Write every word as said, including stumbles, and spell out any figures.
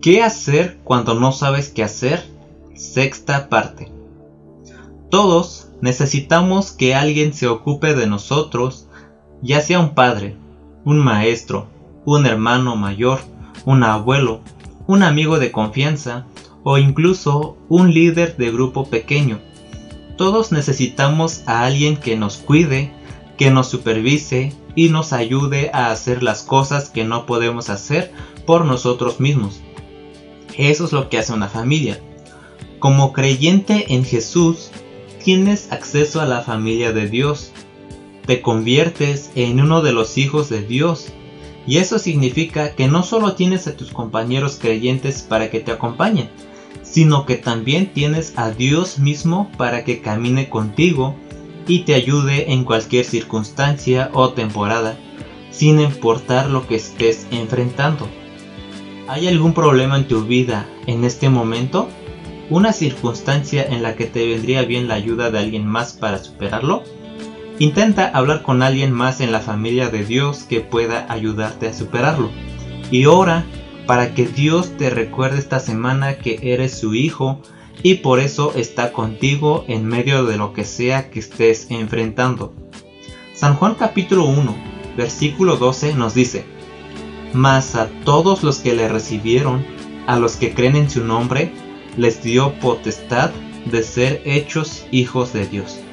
¿Qué hacer cuando no sabes qué hacer? Sexta parte. Todos necesitamos que alguien se ocupe de nosotros, ya sea un padre, un maestro, un hermano mayor, un abuelo, un amigo de confianza o incluso un líder de grupo pequeño. Todos necesitamos a alguien que nos cuide, que nos supervise y nos ayude a hacer las cosas que no podemos hacer por nosotros mismos. Eso es lo que hace una familia. Como creyente en Jesús, tienes acceso a la familia de Dios. Te conviertes en uno de los hijos de Dios. Y eso significa que no solo tienes a tus compañeros creyentes para que te acompañen, sino que también tienes a Dios mismo para que camine contigo y te ayude en cualquier circunstancia o temporada, sin importar lo que estés enfrentando. ¿Hay algún problema en tu vida en este momento? ¿Una circunstancia en la que te vendría bien la ayuda de alguien más para superarlo? Intenta hablar con alguien más en la familia de Dios que pueda ayudarte a superarlo. Y ora para que Dios te recuerde esta semana que eres su hijo y por eso está contigo en medio de lo que sea que estés enfrentando. San Juan capítulo uno, versículo doce nos dice: Mas a todos los que le recibieron, a los que creen en su nombre, les dio potestad de ser hechos hijos de Dios.